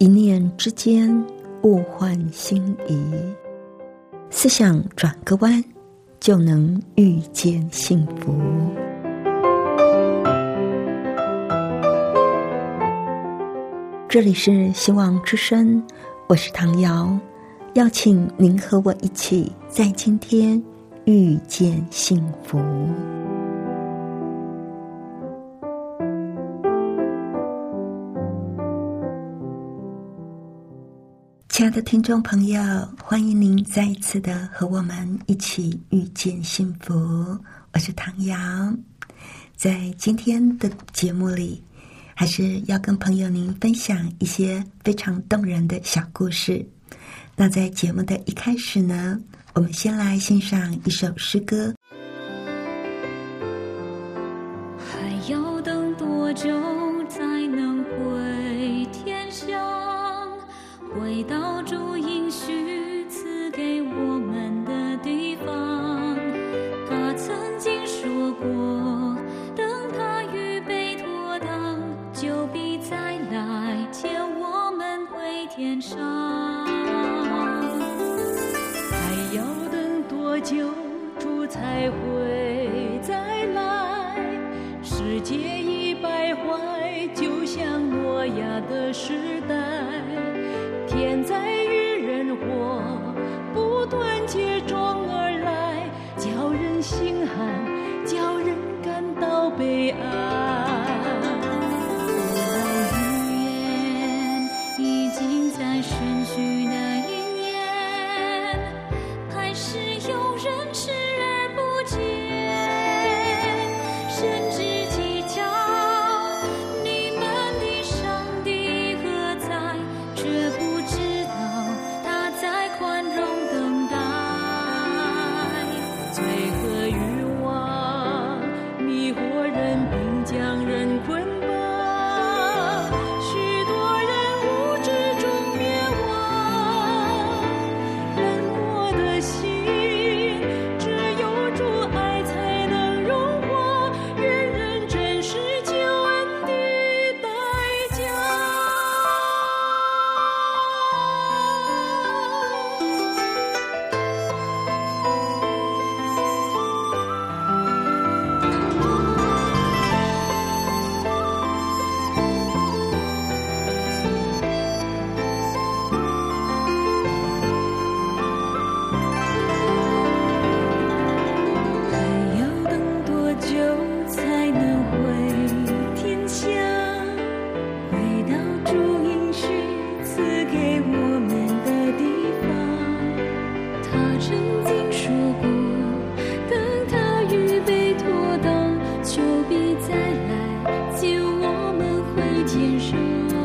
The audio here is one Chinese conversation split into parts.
一念之间，物换星移，思想转个弯，就能遇见幸福。这里是希望之声，我是唐瑶，邀请您和我一起在今天遇见幸福。亲爱的听众朋友，欢迎您再一次的和我们一起遇见幸福，我是唐瑶。在今天的节目里，还是要跟朋友您分享一些非常动人的小故事。那在节目的一开始呢，我们先来欣赏一首诗歌。 还要等多久才能回天乡，回到主应许赐给我们的地方？他曾经说过，等他预备妥当，就必再来接我们回天上。还要等多久主才会再来？世界已败坏，就像诺亚的时代，天灾与人祸不断接踵而来，叫人心寒，叫人感到悲哀。古老预言已经在瞬息的应验，还是有人视而不见，甚至讥笑你们的上帝何在，却不知道他在宽容等待。罪和欲望迷惑人，并将人捆绑，许多人无知中灭亡。冷漠的心，只有主爱才能融化，人人真是救恩的代价。还要等多久才能回天乡？回到主应许赐给我们的地方？他曾经说过，等他预备妥当，就必再来接我们回天上。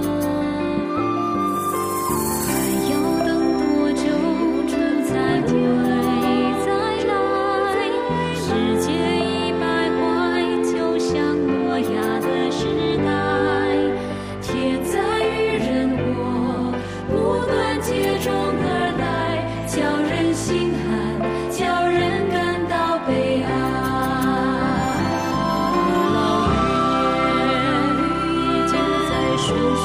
还要等多久主才会再来？世界已败坏，就像诺亚的时代，天灾与人祸不断接踵而来，叫人心寒，叫人感到悲哀。古老预言已经在瞬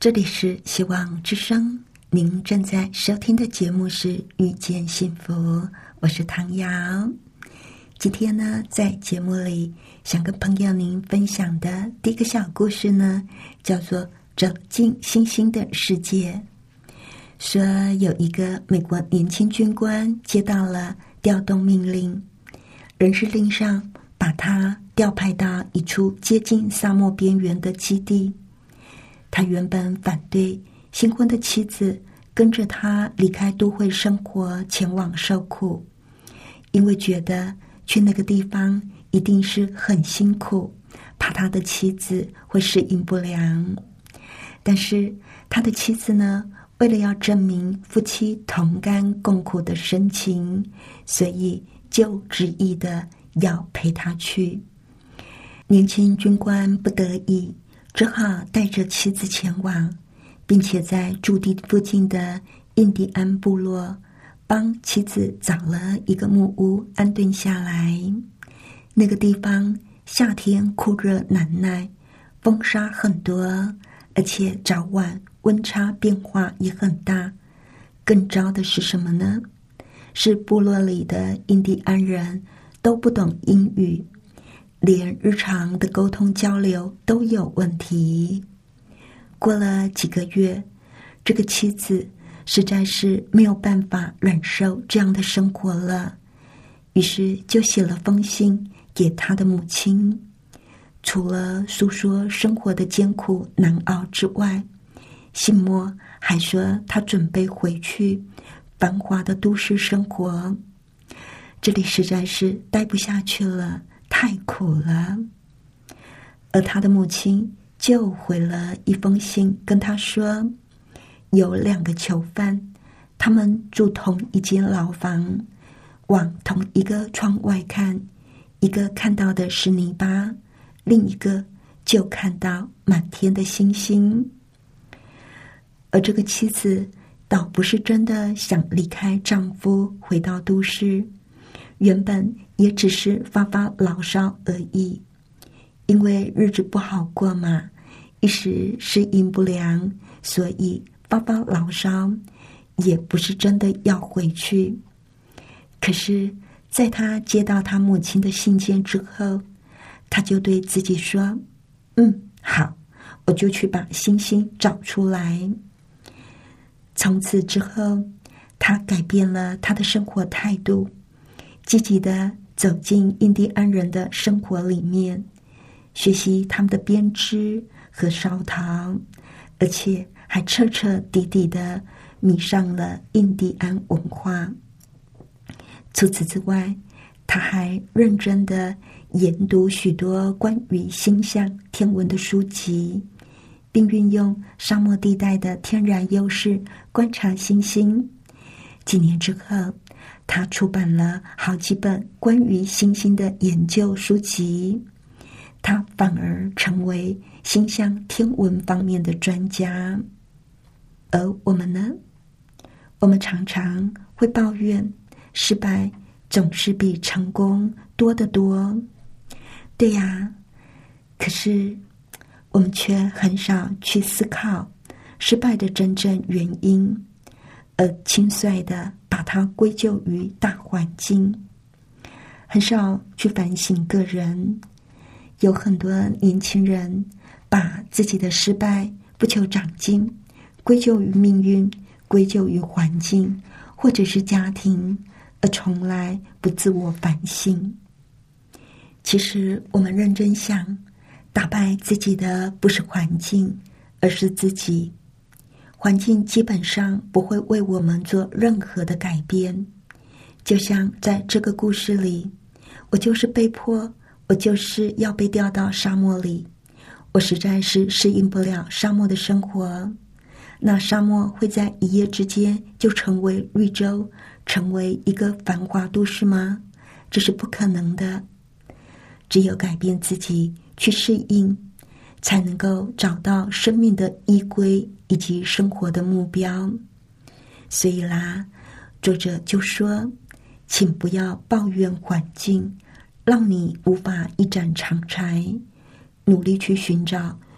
这里是希望之声，您正在收听的节目是遇见幸福，我是唐瑶。今天呢，在节目里想跟朋友您分享的第一个小故事呢，叫做走进星星的世界。说有一个美国年轻军官接到了调动命令，人事令上把他调派到一处接近沙漠边缘的基地。他原本反对新婚的妻子跟着他离开都会生活，前往受苦，因为觉得去那个地方一定是很辛苦，怕他的妻子会适应不良。但是他的妻子呢，为了要证明夫妻同甘共苦的深情，所以就执意的要陪他去。年轻军官不得已，只好带着妻子前往，并且在驻地附近的印第安部落帮妻子找了一个木屋安顿下来。那个地方夏天酷热难耐，风沙很多，而且早晚温差变化也很大。更糟的是什么呢？是部落里的印第安人都不懂英语，连日常的沟通交流都有问题。过了几个月，这个妻子实在是没有办法忍受这样的生活了，于是就写了封信给他的母亲。除了诉说生活的艰苦难熬之外，信末还说他准备回去繁华的都市生活，这里实在是待不下去了，太苦了。而他的母亲就回了一封信跟他说，有2个囚犯，他们住同一间牢房，往同一个窗外看，一个看到的是泥巴，另一个就看到满天的星星。而这个妻子倒不是真的想离开丈夫回到都市，原本也只是发发牢骚而已，因为日子不好过嘛，一时适应不良，所以发发牢骚，也不是真的要回去。可是在他接到他母亲的信件之后，他就对自己说，好，我就去把星星找出来。从此之后，他改变了他的生活态度，积极地走进印第安人的生活里面，学习他们的编织和烧陶，而且还彻彻底底地迷上了印第安文化。除此之外，他还认真地研读许多关于星象天文的书籍，并运用沙漠地带的天然优势观察星星。几年之后，他出版了好几本关于星星的研究书籍，他反而成为星象天文方面的专家。而我们呢？我们常常会抱怨失败总是比成功多得多。对呀，可是我们却很少去思考失败的真正原因，而轻率地把它归咎于大环境，很少去反省个人。有很多年轻人把自己的失败不求长进归咎于命运，归咎于环境或者是家庭，而从来不自我反省。其实我们认真想，打败自己的不是环境，而是自己。环境基本上不会为我们做任何的改变。就像在这个故事里，我就是被迫，我就是要被调到沙漠里，我实在是适应不了沙漠的生活。那沙漠会在一夜之间就成为绿洲，成为一个繁华都市吗？这是不可能的。只有改变自己，去适应，才能够找到生命的依归以及生活的目标。所以啦，作者就说，请不要抱怨环境，让你无法一展长才，努力去寻找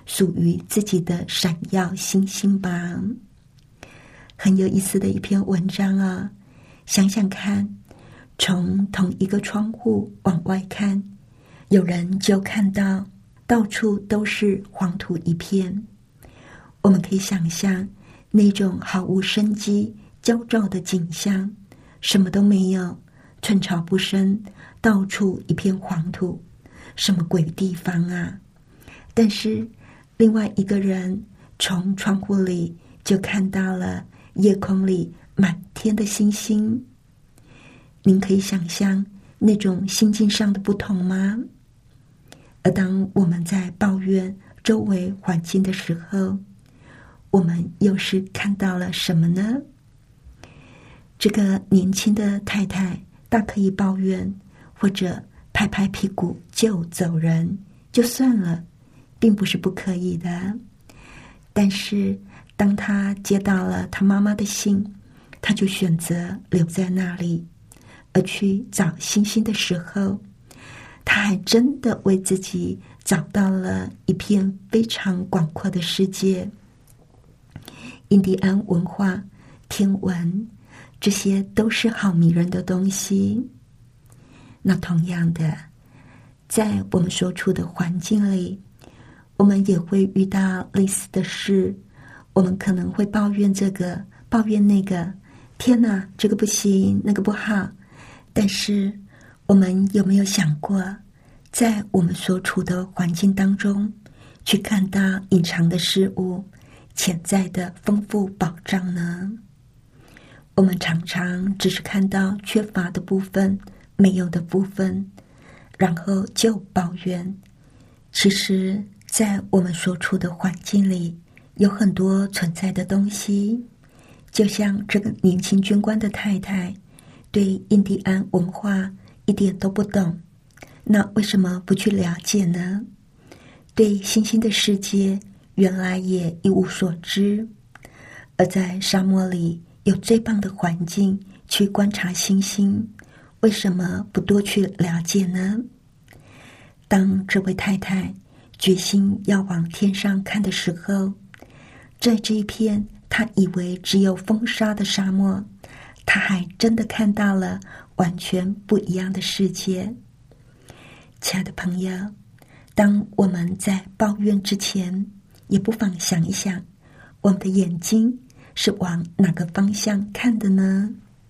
属于自己的闪耀星星吧。很有意思的一篇文章啊，想想看，从同一个窗户往外看，有人就看到到处都是黄土一片。我们可以想象那种毫无生机、焦躁的景象，什么都没有，寸草不生，到处一片黄土，什么鬼地方啊！但是另外一个人从窗户里就看到了夜空里满天的星星。您可以想象那种心境上的不同吗？而当我们在抱怨周围环境的时候，我们又是看到了什么呢？这个年轻的太太大可以抱怨，或者拍拍屁股就走人，就算了，并不是不可以的。但是当她接到了她妈妈的信，她就选择留在那里，而去找星星的时候，她还真的为自己找到了一片非常广阔的世界。印第安文化、天文，这些都是好迷人的东西。那同样的，在我们所处的环境里，我们也会遇到类似的事。我们可能会抱怨这个，抱怨那个，天哪，这个不行，那个不好。但是我们有没有想过，在我们所处的环境当中，去看到隐藏的事物，潜在的丰富宝藏呢？我们常常只是看到缺乏的部分，没有的部分，然后就抱怨。其实在我们所处的环境里，有很多存在的东西。就像这个年轻军官的太太，对印第安文化一点都不懂，那为什么不去了解呢？对新兴的世界原来也一无所知，而在沙漠里有最棒的环境去观察星星，为什么不多去了解呢？当这位太太决心要往天上看的时候，在这一片她以为只有风沙的沙漠，她还真的看到了完全不一样的世界。亲爱的朋友，当我们在抱怨之前，也不妨想一想，我们的眼睛是往哪个方向看的呢？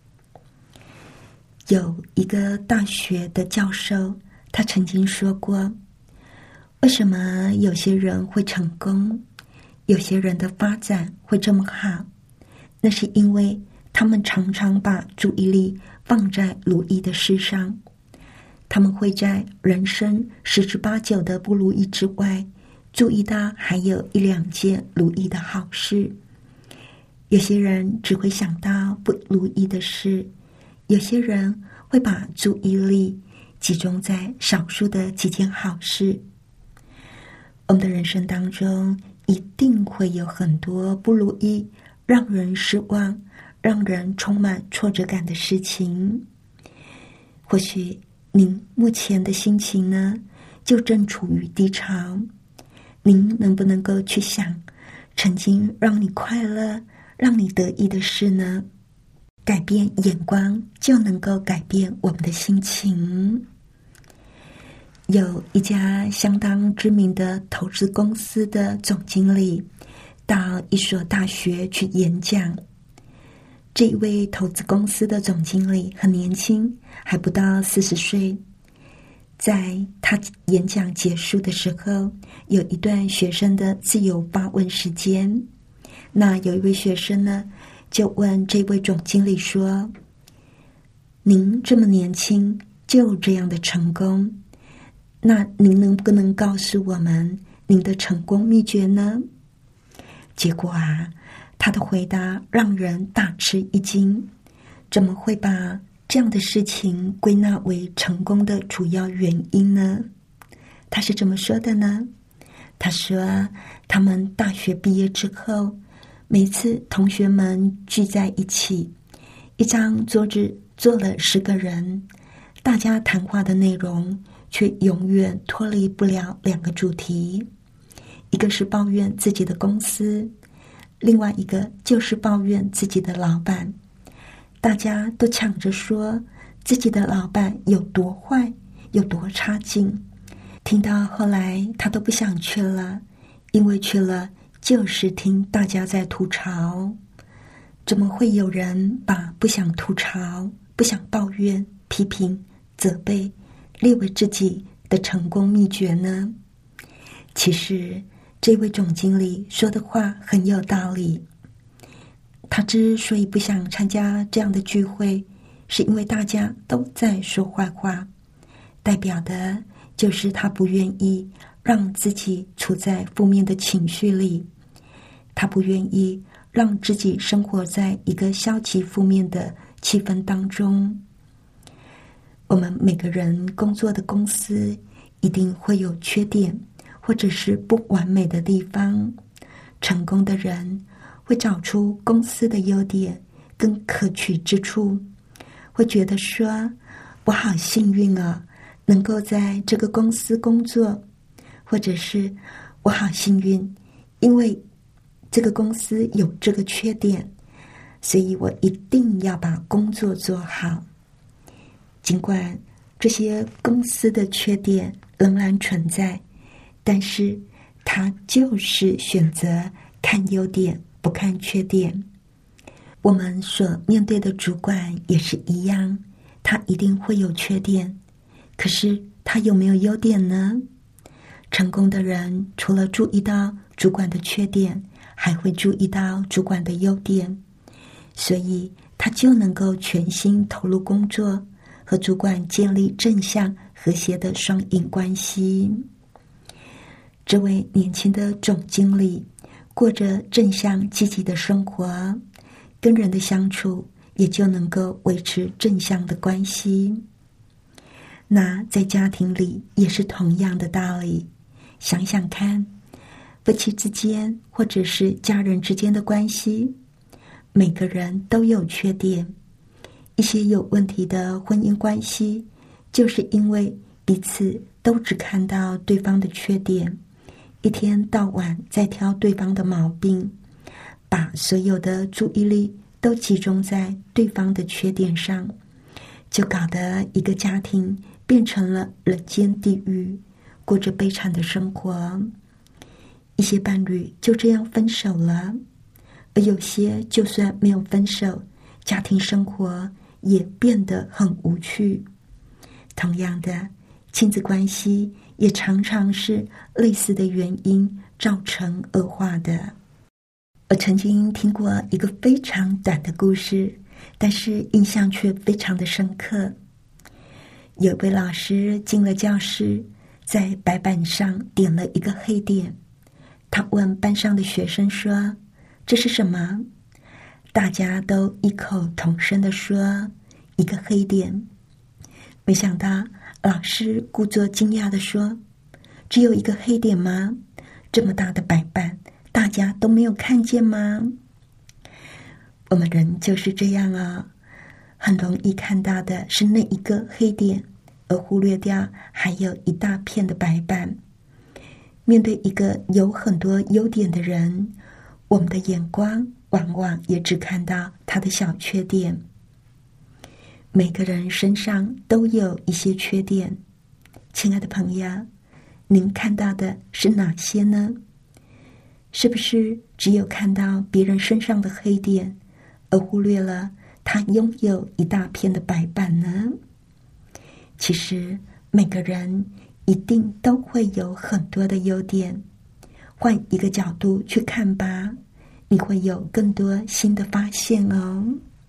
有一个大学的教授，他曾经说过，为什么有些人会成功，有些人的发展会这么好？那是因为他们常常把注意力放在如意的事上，他们会在人生十之八九的不如意之外，注意到还有一两件如意的好事。有些人只会想到不如意的事，有些人会把注意力集中在少数的几件好事。我们的人生当中一定会有很多不如意，让人失望，让人充满挫折感的事情。或许您目前的心情呢，就正处于低潮。您能不能够去想曾经让你快乐，让你得意的事呢？改变眼光，就能够改变我们的心情。有一家相当知名的投资公司的总经理到一所大学去演讲。这一位投资公司的总经理很年轻，还不到40岁。在他演讲结束的时候，有一段学生的自由发问时间。那有一位学生呢，就问这位总经理说，您这么年轻就这样的成功，那您能不能告诉我们您的成功秘诀呢？结果啊，他的回答让人大吃一惊。怎么会把这样的事情归纳为成功的主要原因呢？他是怎么说的呢？他说，他们大学毕业之后，每次同学们聚在一起，一张桌子坐了10个人，大家谈话的内容却永远脱离不了2个主题。 一个是抱怨自己的公司，另外一个就是抱怨自己的老板。大家都抢着说自己的老板有多坏，有多差劲。听到后来他都不想去了，因为去了就是听大家在吐槽。怎么会有人把不想吐槽、不想抱怨、批评、责备列为自己的成功秘诀呢？其实这位总经理说的话很有道理。他之所以不想参加这样的聚会，是因为大家都在说坏话，代表的就是他不愿意让自己处在负面的情绪里，他不愿意让自己生活在一个消极负面的气氛当中。我们每个人工作的公司一定会有缺点，或者是不完美的地方。成功的人会找出公司的优点跟可取之处，会觉得说我好幸运啊，能够在这个公司工作，或者是我好幸运，因为这个公司有这个缺点，所以我一定要把工作做好。尽管这些公司的缺点仍然存在，但是他就是选择看优点，不看缺点。我们所面对的主管也是一样，他一定会有缺点，可是他有没有优点呢？成功的人除了注意到主管的缺点，还会注意到主管的优点，所以他就能够全心投入工作，和主管建立正向和谐的双赢关系。这位年轻的总经理过着正向积极的生活，跟人的相处也就能够维持正向的关系。那在家庭里也是同样的道理。想想看，夫妻之间或者是家人之间的关系，每个人都有缺点。一些有问题的婚姻关系，就是因为彼此都只看到对方的缺点，一天到晚在挑对方的毛病，把所有的注意力都集中在对方的缺点上，就搞得一个家庭变成了人间地狱，过着悲惨的生活。一些伴侣就这样分手了，而有些就算没有分手，家庭生活也变得很无趣。同样的，亲子关系也常常是类似的原因造成恶化的。我曾经听过一个非常短的故事，但是印象却非常的深刻。有位老师进了教室，在白板上点了一个黑点。他问班上的学生说：“这是什么？”大家都异口同声地说：“一个黑点。”没想到老师故作惊讶地说：“只有一个黑点吗？这么大的白板，大家都没有看见吗？”我们人就是这样啊，很容易看到的是那一个黑点，而忽略掉还有一大片的白板。面对一个有很多优点的人，我们的眼光往往也只看到他的小缺点。每个人身上都有一些缺点，亲爱的朋友，您看到的是哪些呢？是不是只有看到别人身上的黑点，而忽略了他拥有一大片的白板呢？其实每个人一定都会有很多的优点，换一个角度去看吧，你会有更多新的发现哦。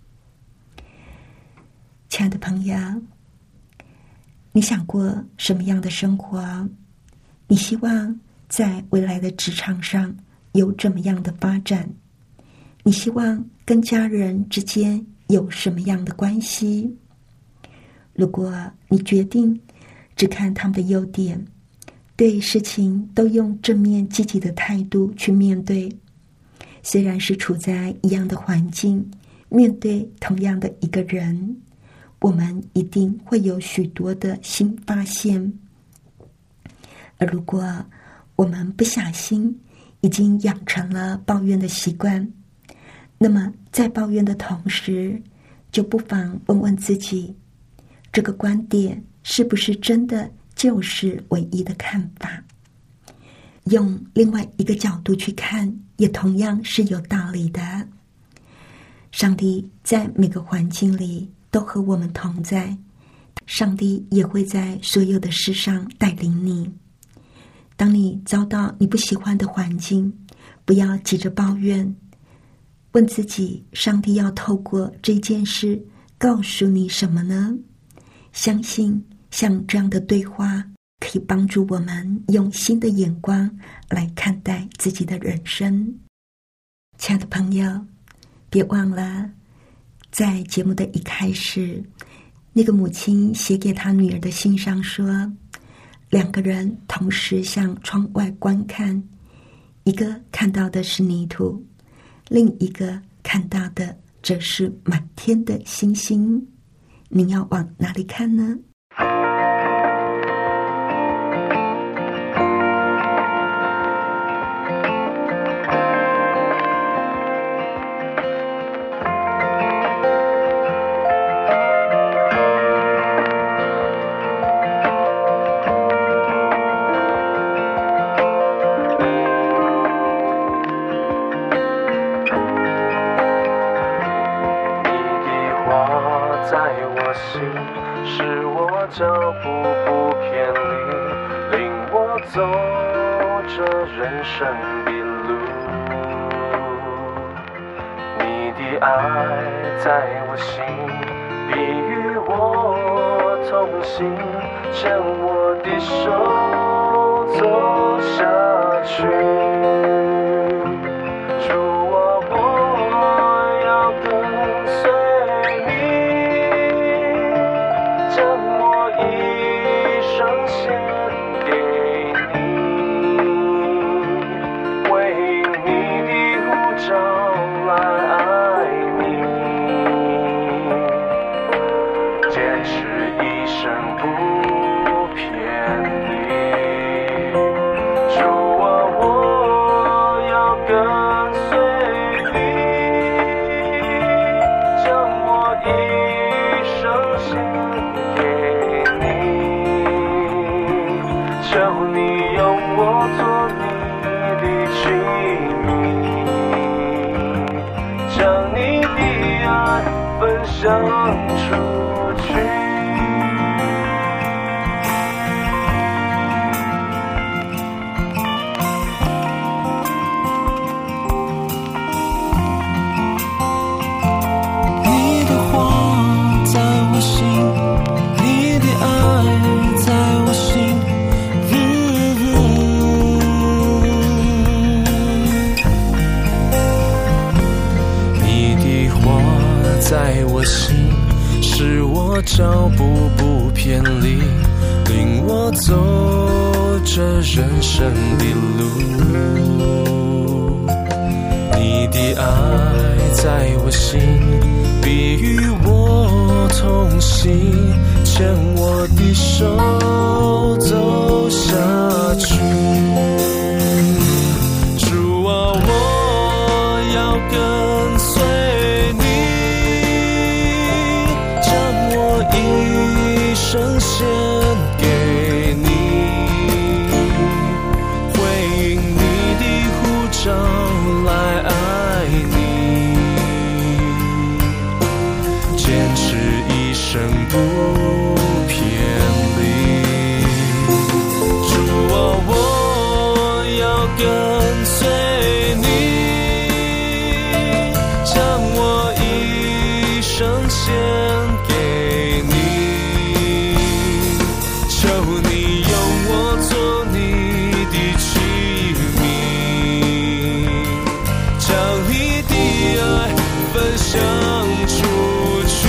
亲爱的朋友，你想过什么样的生活？你希望在未来的职场上有怎么样的发展？你希望跟家人之间有什么样的关系？如果你决定只看他们的优点，对事情都用正面积极的态度去面对，虽然是处在一样的环境，面对同样的一个人，我们一定会有许多的新发现。而如果我们不小心已经养成了抱怨的习惯，那么在抱怨的同时，就不妨问问自己，这个观点是不是真的就是唯一的看法？用另外一个角度去看，也同样是有道理的。上帝在每个环境里都和我们同在，上帝也会在所有的事上带领你。当你遭到你不喜欢的环境，不要急着抱怨，问自己，上帝要透过这件事告诉你什么呢？相信像这样的对话可以帮助我们用新的眼光来看待自己的人生。亲爱的朋友，别忘了在节目的一开始，那个母亲写给她女儿的信上说，两个人同时向窗外观看，一个看到的是泥土，另一个看到的则是满天的星星。您要往哪里看呢？ 是我脚步不偏离，领我走这人生的路。你的爱在我心，必与我同行，牵我的手走下去。想出去， 你的话在我心，你的爱在我心，你的话在我心，使我脚步不偏离，领我走这人生的路。你的爱在我心，必与我同行，牵我的手走下去。主啊，我要跟随你，一生献给你，回应你的呼召来爱你，坚持一生不偏离。主啊，我要跟随你，将我一生献给你，求你用我做你的器皿，将你的爱分享出去。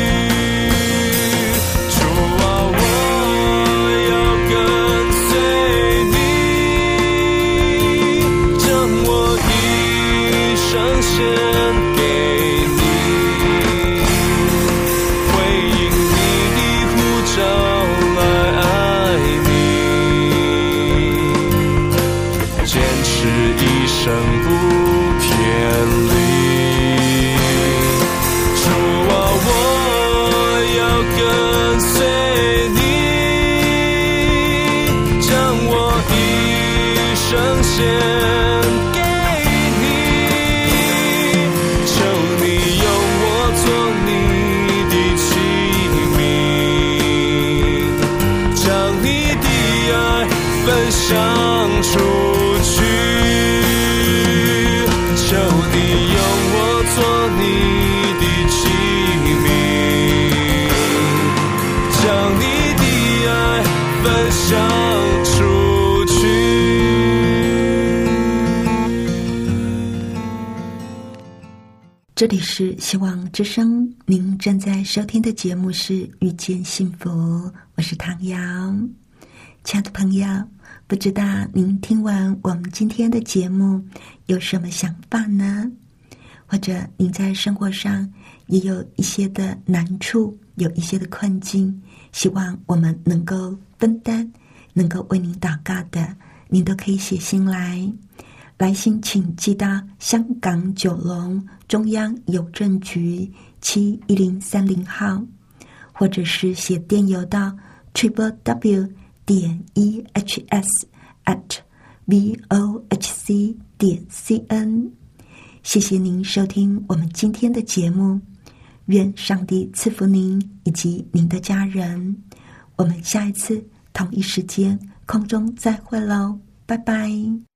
主啊，我要跟随你，将我一生献给你， 这里是希望之声，您正在收听的节目是遇见幸福，我是唐瑶。亲爱的朋友，不知道您听完我们今天的节目有什么想法呢？或者您在生活上也有一些的难处，有一些的困境，希望我们能够分担，能够为您祷告的，您都可以写信来。来信请寄到香港九龙中央邮政局71030号，或者是写电邮到 www.ehs@vohc.cn。 谢谢您收听我们今天的节目，愿上帝赐福您以及您的家人。我们下一次同一时间空中再会喽，拜拜。